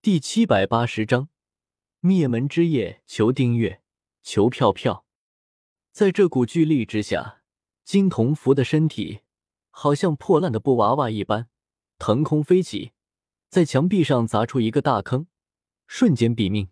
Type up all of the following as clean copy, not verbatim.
第780章灭门之夜，求订阅，求票票。在这股巨力之下，金童福的身体好像破烂的布娃娃一般腾空飞起，在墙壁上砸出一个大坑，瞬间毙命。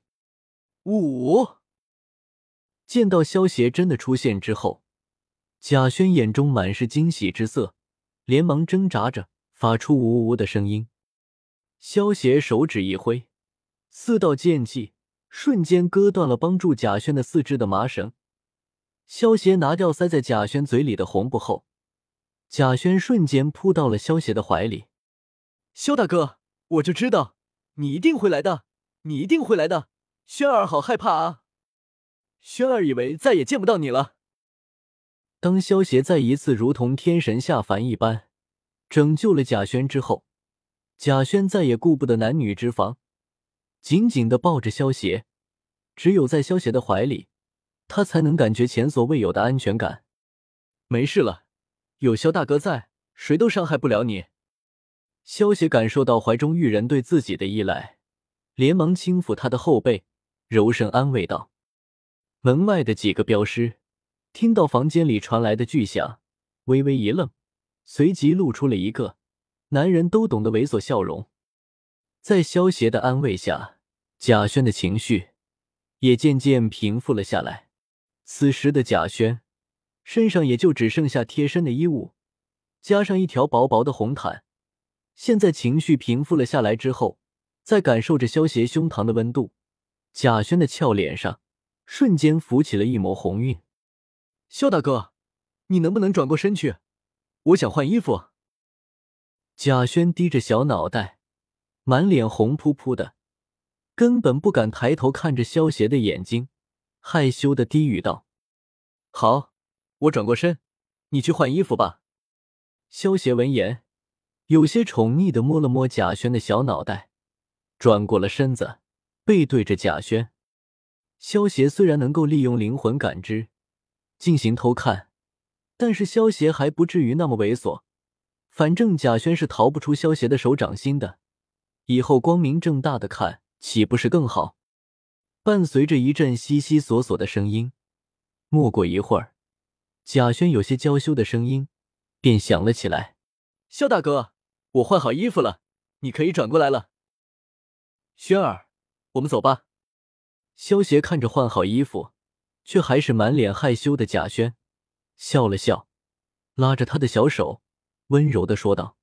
见到萧协真的出现之后，贾轩眼中满是惊喜之色，连忙挣扎着发出呜呜的声音。萧协手指一挥，4道剑气瞬间割断了帮助贾轩的4只的麻绳。萧协拿掉塞在贾轩嘴里的红布后，贾轩瞬间扑到了萧协的怀里。萧大哥，我就知道你一定会来的，你一定会来的，轩儿好害怕啊，轩儿以为再也见不到你了。当萧协再一次如同天神下凡一般拯救了贾轩之后，贾轩再也顾不得男女之防，紧紧地抱着萧协，只有在萧协的怀里，他才能感觉前所未有的安全感。没事了，有萧大哥在，谁都伤害不了你。萧协感受到怀中玉人对自己的依赖，连忙轻抚他的后背，柔声安慰道。门外的几个镖师听到房间里传来的巨响，微微一愣，随即露出了一个男人都懂的猥琐笑容。在萧协的安慰下，贾轩的情绪也渐渐平复了下来。此时的贾轩身上也就只剩下贴身的衣物，加上一条薄薄的红毯。现在情绪平复了下来之后，再感受着萧协胸膛的温度，贾轩的俏脸上瞬间浮起了一抹红晕。萧大哥，你能不能转过身去？我想换衣服。贾轩低着小脑袋，满脸红扑扑的，根本不敢抬头看着萧协的眼睛，害羞的低语道：好，我转过身，你去换衣服吧。萧协闻言，有些宠溺的摸了摸贾轩的小脑袋，转过了身子，背对着贾轩。萧协虽然能够利用灵魂感知进行偷看，但是萧协还不至于那么猥琐，反正贾轩是逃不出萧协的手掌心的，以后光明正大的看，岂不是更好？伴随着一阵悉悉索索的声音，没过一会儿，贾轩有些娇羞的声音便响了起来：萧大哥，我换好衣服了，你可以转过来了。轩儿，我们走吧。萧协看着换好衣服却还是满脸害羞的贾轩，笑了笑，拉着他的小手温柔地说道：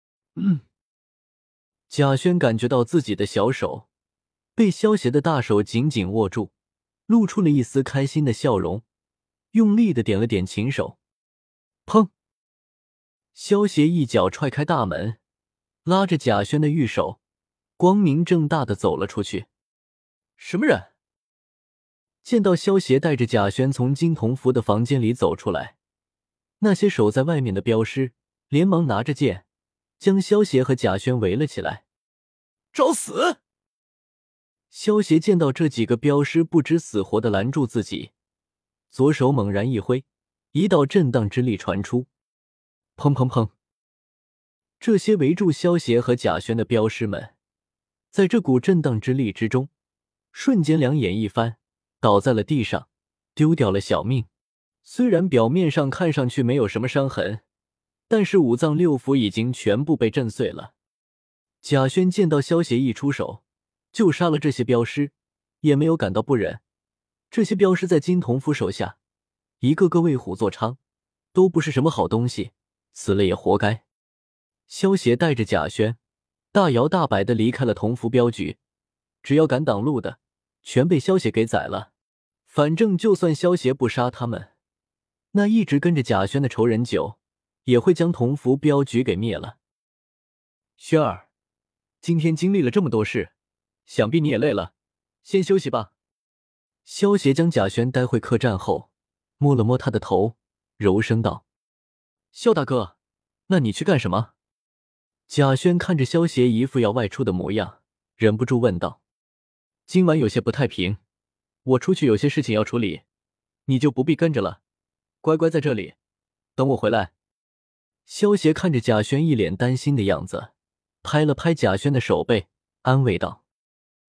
贾轩感觉到自己的小手被萧协的大手紧紧握住，露出了一丝开心的笑容，用力地点了点琴手。砰！萧协一脚踹开大门，拉着贾轩的玉手光明正大地走了出去。什么人？见到萧协带着贾轩从金童福的房间里走出来，那些守在外面的镖师连忙拿着剑将萧协和贾轩围了起来。找死！萧协见到这几个镖师不知死活地拦住自己，左手猛然一挥，一道震荡之力传出。砰砰砰！这些围住萧协和贾轩的镖师们在这股震荡之力之中瞬间两眼一翻，倒在了地上，丢掉了小命。虽然表面上看上去没有什么伤痕，但是五脏六腑已经全部被震碎了。贾轩见到萧协一出手就杀了这些镖师，也没有感到不忍。这些镖师在金童福手下一个个为虎作伥，都不是什么好东西，死了也活该。萧协带着贾轩大摇大摆地离开了同福镖局，只要敢挡路的全被萧协给宰了。反正就算萧协不杀他们，那一直跟着贾轩的仇人九也会将同福镖局给灭了。轩儿，今天经历了这么多事，想必你也累了，先休息吧。萧协将贾轩带回客栈后，摸了摸他的头，柔声道：萧大哥，那你去干什么？贾轩看着萧协一副要外出的模样，忍不住问道：今晚有些不太平，我出去有些事情要处理，你就不必跟着了，乖乖在这里等我回来。萧协看着贾轩一脸担心的样子，拍了拍贾轩的手背，安慰道：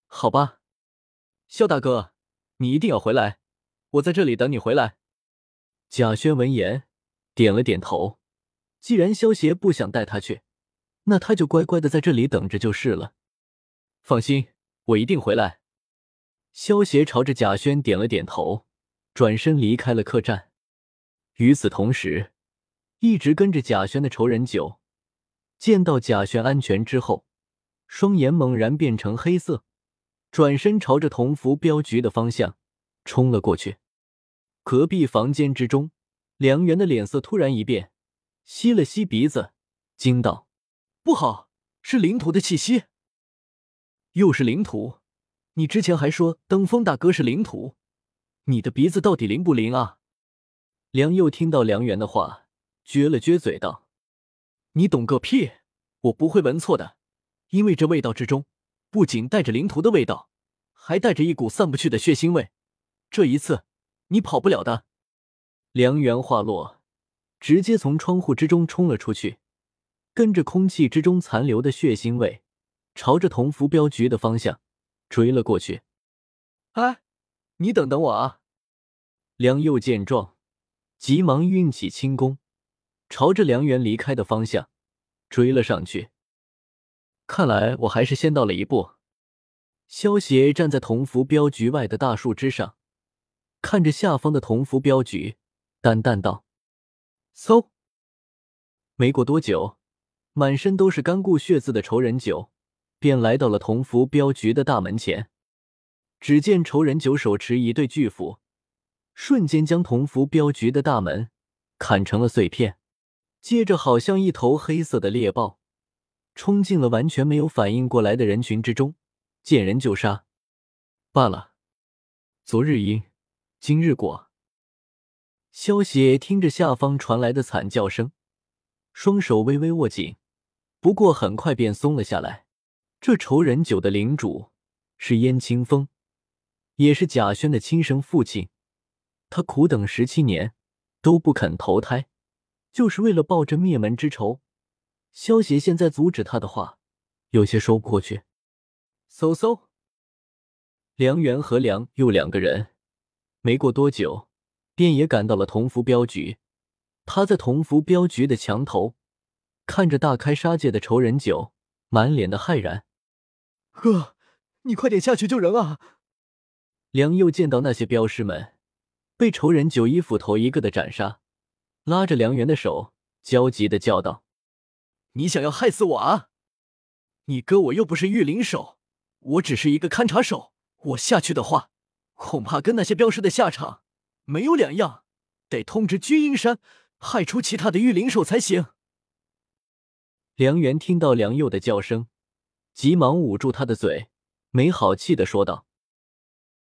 好吧，萧大哥，你一定要回来，我在这里等你回来。贾轩闻言点了点头，既然萧协不想带他去，那他就乖乖的在这里等着就是了。放心，我一定回来。萧协朝着贾轩点了点头，转身离开了客栈。与此同时，一直跟着贾轩的仇人九见到贾轩安全之后，双眼猛然变成黑色，转身朝着同福镖局的方向冲了过去。隔壁房间之中，梁元的脸色突然一变，吸了吸鼻子，惊道：“不好，是灵土的气息！又是灵土！你之前还说登峰大哥是灵土，你的鼻子到底灵不灵啊？”梁佑听到梁元的话，撅了撅嘴道：“你懂个屁！我不会闻错的，因为这味道之中不仅带着灵土的味道，还带着一股散不去的血腥味。这一次，你跑不了的。”梁元话落，直接从窗户之中冲了出去，跟着空气之中残留的血腥味，朝着同福镖局的方向追了过去。“哎，你等等我啊！”梁佑见状，急忙运起轻功，朝着梁元离开的方向追了上去。看来我还是先到了一步。萧协站在同福镖局外的大树之上，看着下方的同福镖局，淡淡道：“嗖！”没过多久，满身都是干固血渍的仇人九便来到了同福镖局的大门前。只见仇人九手持一对巨斧，瞬间将同福镖局的大门砍成了碎片，接着好像一头黑色的猎豹，冲进了完全没有反应过来的人群之中，见人就杀。罢了，昨日因，今日果。萧协听着下方传来的惨叫声，双手微微握紧，不过很快便松了下来。这仇人九的领主是燕清风，也是贾轩的亲生父亲。他苦等17年都不肯投胎，就是为了报这灭门之仇。萧协现在阻止他的话，有些说不过去。嗖嗖，梁元和梁佑两个人没过多久便也赶到了同福镖局。他在同福镖局的墙头看着大开杀戒的仇人九，满脸的骇然。“哥，你快点下去救人啊！”梁佑见到那些镖师们被仇人九一斧头一个的斩杀，拉着梁元的手焦急地叫道：“你想要害死我啊？你哥我又不是御林手，我只是一个勘察手，我下去的话，恐怕跟那些镖师的下场没有两样，得通知居阴山，害出其他的御林手才行。”梁元听到梁佑的叫声，急忙捂住他的嘴，没好气地说道：“